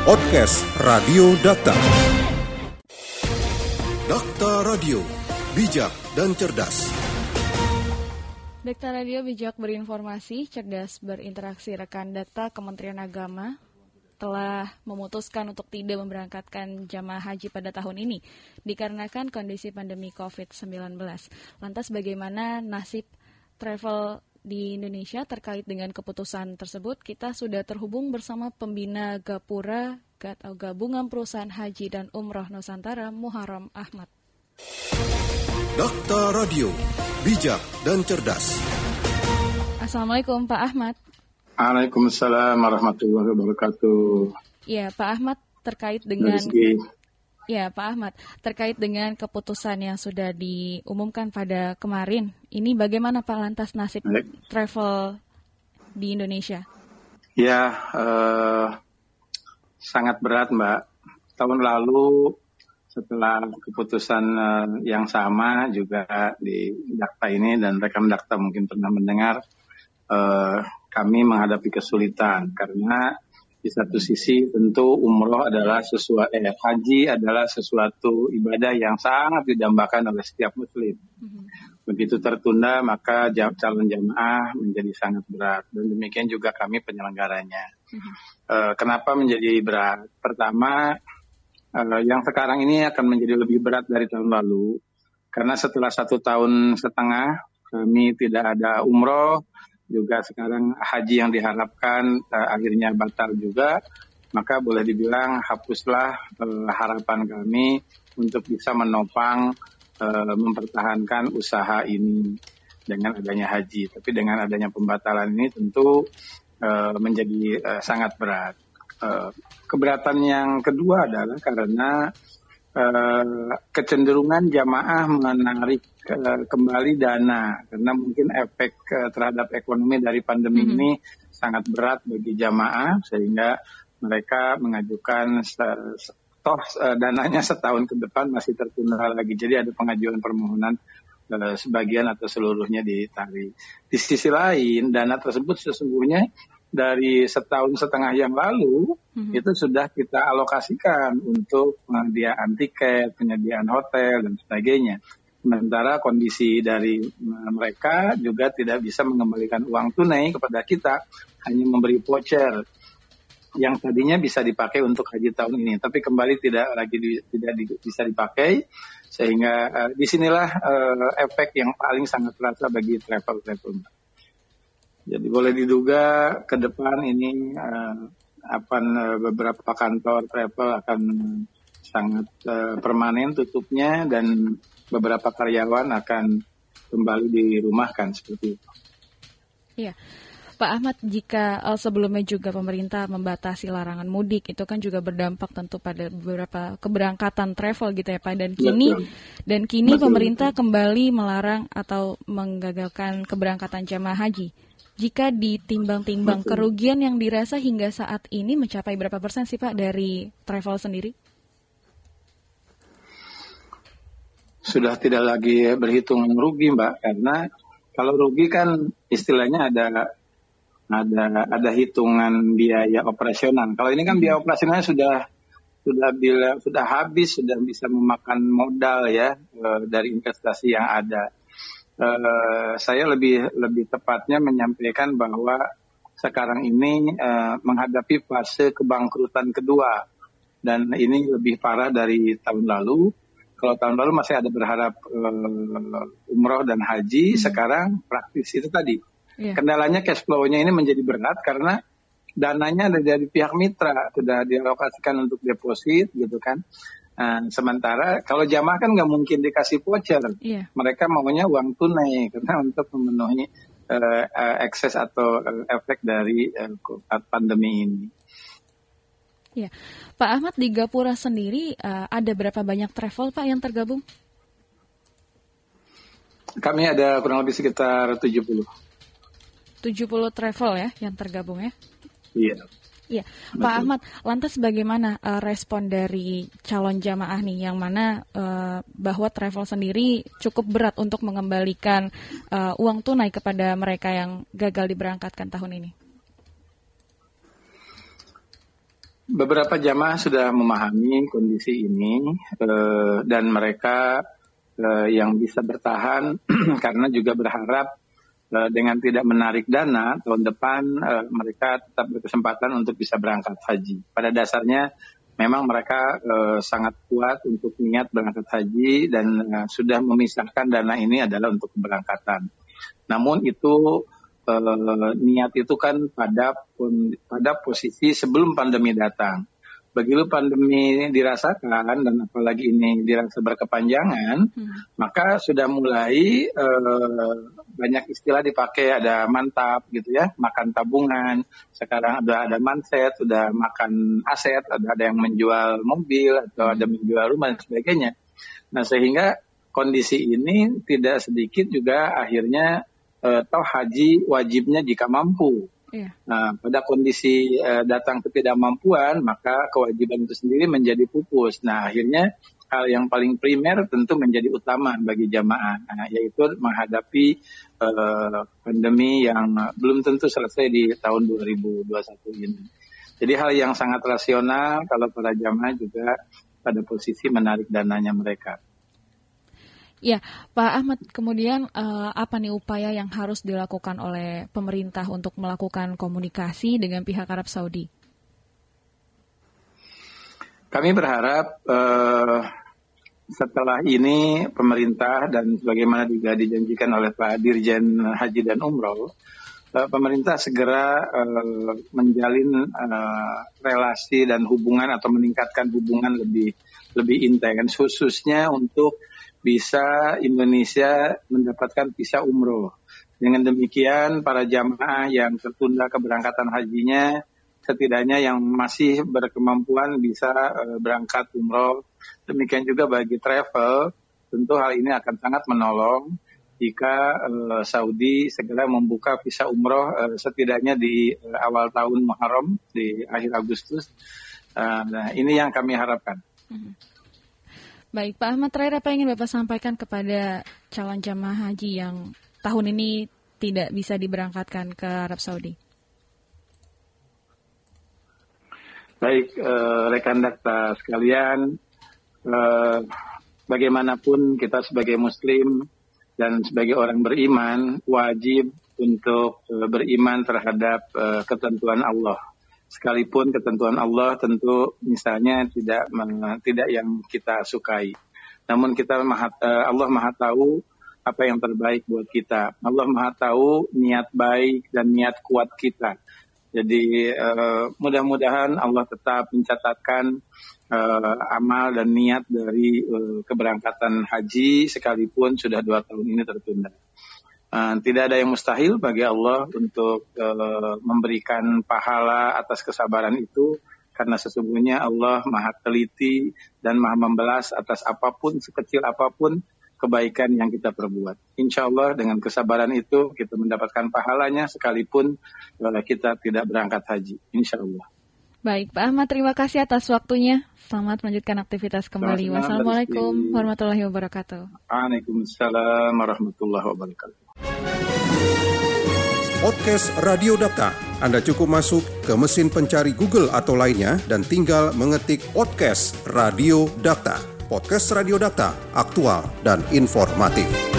Podcast Radio Dakta. Dakta Radio, bijak dan cerdas. Dakta Radio bijak berinformasi, cerdas berinteraksi. Rekan Data Kementerian Agama telah memutuskan untuk tidak memberangkatkan jamaah haji pada tahun ini dikarenakan kondisi pandemi COVID-19. Lantas bagaimana nasib travel di Indonesia terkait dengan keputusan tersebut? Kita sudah terhubung bersama pembina Gapura atau Gabungan Perusahaan Haji dan Umroh Nusantara, Muharram Ahmad. Dakta Radio, bijak dan cerdas. Assalamualaikum Pak Ahmad. Waalaikumsalam warahmatullahi wabarakatuh. Ya, Pak Ahmad, terkait dengan terkait dengan keputusan yang sudah diumumkan pada kemarin, ini bagaimana Pak lantas nasib travel di Indonesia? Ya, sangat berat Mbak. Tahun lalu setelah keputusan yang sama juga di Dakta ini, dan rekan Dakta mungkin pernah mendengar, kami menghadapi kesulitan karena di satu sisi tentu umroh adalah haji adalah sesuatu ibadah yang sangat didambakan oleh setiap muslim. Begitu tertunda maka calon jamaah menjadi sangat berat, dan demikian juga kami penyelenggaranya. Kenapa menjadi berat? Pertama, yang sekarang ini akan menjadi lebih berat dari tahun lalu karena setelah 1,5 tahun kami tidak ada umroh. Juga sekarang haji yang diharapkan akhirnya batal juga, maka boleh dibilang hapuslah harapan kami untuk bisa menopang mempertahankan usaha ini dengan adanya haji. Tapi dengan adanya pembatalan ini tentu menjadi sangat berat. Keberatan yang kedua adalah karena kecenderungan jamaah menarik kembali dana karena mungkin efek terhadap ekonomi dari pandemi ini sangat berat bagi jamaah, sehingga mereka mengajukan dananya setahun ke depan masih tertunda lagi. Jadi ada pengajuan permohonan sebagian atau seluruhnya ditarik. Di sisi lain, dana tersebut sesungguhnya dari 1,5 tahun yang lalu itu sudah kita alokasikan untuk penyediaan tiket, penyediaan hotel dan sebagainya. Sementara kondisi dari mereka juga tidak bisa mengembalikan uang tunai kepada kita, hanya memberi voucher yang tadinya bisa dipakai untuk haji tahun ini, tapi kembali tidak bisa dipakai, sehingga disinilah efek yang paling sangat terasa bagi travel. Jadi boleh diduga ke depan ini beberapa kantor travel akan sangat permanen tutupnya dan beberapa karyawan akan kembali dirumahkan seperti itu. Iya. Pak Ahmad, jika sebelumnya juga pemerintah membatasi larangan mudik, itu kan juga berdampak tentu pada beberapa keberangkatan travel gitu ya Pak. Dan kini pemerintah kembali melarang atau menggagalkan keberangkatan jamaah haji. Jika ditimbang-timbang, kerugian yang dirasa hingga saat ini mencapai berapa persen sih Pak dari travel sendiri? Sudah tidak lagi berhitung rugi Mbak, karena kalau rugi kan istilahnya ada hitungan biaya operasional. Kalau ini kan biaya operasionalnya sudah habis, sudah bisa memakan modal ya dari investasi yang ada. Saya lebih tepatnya menyampaikan bahwa sekarang ini menghadapi fase kebangkrutan kedua, dan ini lebih parah dari tahun lalu. Kalau tahun lalu masih ada berharap umroh dan haji, sekarang praktis itu tadi. Kendalanya cash flow-nya ini menjadi berat karena dananya ada dari pihak mitra, sudah dialokasikan untuk deposit gitu kan. Sementara kalau jamaah kan nggak mungkin dikasih voucher, mereka maunya uang tunai karena untuk memenuhi ekses atau efek dari pandemi ini. Ya, Pak Ahmad, di Gapura sendiri ada berapa banyak travel Pak yang tergabung? Kami ada kurang lebih sekitar 70 travel ya yang tergabung ya? Iya. Iya, Pak Ahmad, lantas bagaimana respon dari calon jamaah nih, yang mana bahwa travel sendiri cukup berat untuk mengembalikan uang tunai kepada mereka yang gagal diberangkatkan tahun ini? Beberapa jamaah sudah memahami kondisi ini dan mereka yang bisa bertahan karena juga berharap dengan tidak menarik dana tahun depan mereka tetap berkesempatan untuk bisa berangkat haji. Pada dasarnya memang mereka sangat kuat untuk niat berangkat haji dan sudah memisahkan dana ini adalah untuk keberangkatan. Namun itu niat itu kan pada posisi sebelum pandemi datang. Begitu pandemi dirasakan dan apalagi ini dirasa berkepanjangan, maka sudah mulai banyak istilah dipakai, ada mantap gitu ya, makan tabungan. Sekarang ada manset, sudah makan aset, ada yang menjual mobil atau ada menjual rumah dan sebagainya. Nah sehingga kondisi ini tidak sedikit juga akhirnya toh haji wajibnya jika mampu. Yeah. Nah, pada kondisi datang ketidakmampuan, maka kewajiban itu sendiri menjadi pupus. Nah, akhirnya hal yang paling primer tentu menjadi utama bagi jamaah, yaitu menghadapi pandemi yang belum tentu selesai di tahun 2021 ini. Jadi hal yang sangat rasional kalau para jamaah juga pada posisi menarik dananya mereka. Ya, Pak Ahmad, kemudian apa nih upaya yang harus dilakukan oleh pemerintah untuk melakukan komunikasi dengan pihak Arab Saudi? Kami berharap setelah ini pemerintah dan sebagaimana juga dijanjikan oleh Pak Dirjen Haji dan Umroh, pemerintah segera menjalin relasi dan hubungan atau meningkatkan hubungan lebih intens, khususnya untuk bisa Indonesia mendapatkan visa umroh. Dengan demikian para jamaah yang tertunda keberangkatan hajinya setidaknya yang masih berkemampuan bisa berangkat umroh. Demikian juga bagi travel, tentu hal ini akan sangat menolong jika Saudi segera membuka visa umroh setidaknya di awal tahun Muharram, di akhir Agustus. Nah, ini yang kami harapkan. Baik, Pak Ahmad, terakhir apa yang ingin Bapak sampaikan kepada calon jamaah haji yang tahun ini tidak bisa diberangkatkan ke Arab Saudi? Baik, rekan dakta sekalian, bagaimanapun kita sebagai Muslim dan sebagai orang beriman wajib untuk beriman terhadap ketentuan Allah. Sekalipun ketentuan Allah tentu misalnya tidak yang kita sukai. Namun Allah Maha tahu apa yang terbaik buat kita. Allah Maha tahu niat baik dan niat kuat kita. Jadi mudah-mudahan Allah tetap mencatatkan amal dan niat dari keberangkatan haji sekalipun sudah 2 tahun ini tertunda. Tidak ada yang mustahil bagi Allah untuk memberikan pahala atas kesabaran itu, karena sesungguhnya Allah Maha teliti dan Maha membalas atas apapun, sekecil apapun kebaikan yang kita perbuat. Insya Allah dengan kesabaran itu kita mendapatkan pahalanya sekalipun kita tidak berangkat haji. Insya Allah. Baik, Pak Ahmad, terima kasih atas waktunya. Selamat melanjutkan aktivitas kembali. Wassalamualaikum warahmatullahi wabarakatuh. Waalaikumsalam warahmatullahi wabarakatuh. Podcast Radio Dakta. Anda cukup masuk ke mesin pencari Google atau lainnya dan tinggal mengetik podcast Radio Dakta. Podcast Radio Dakta, aktual dan informatif.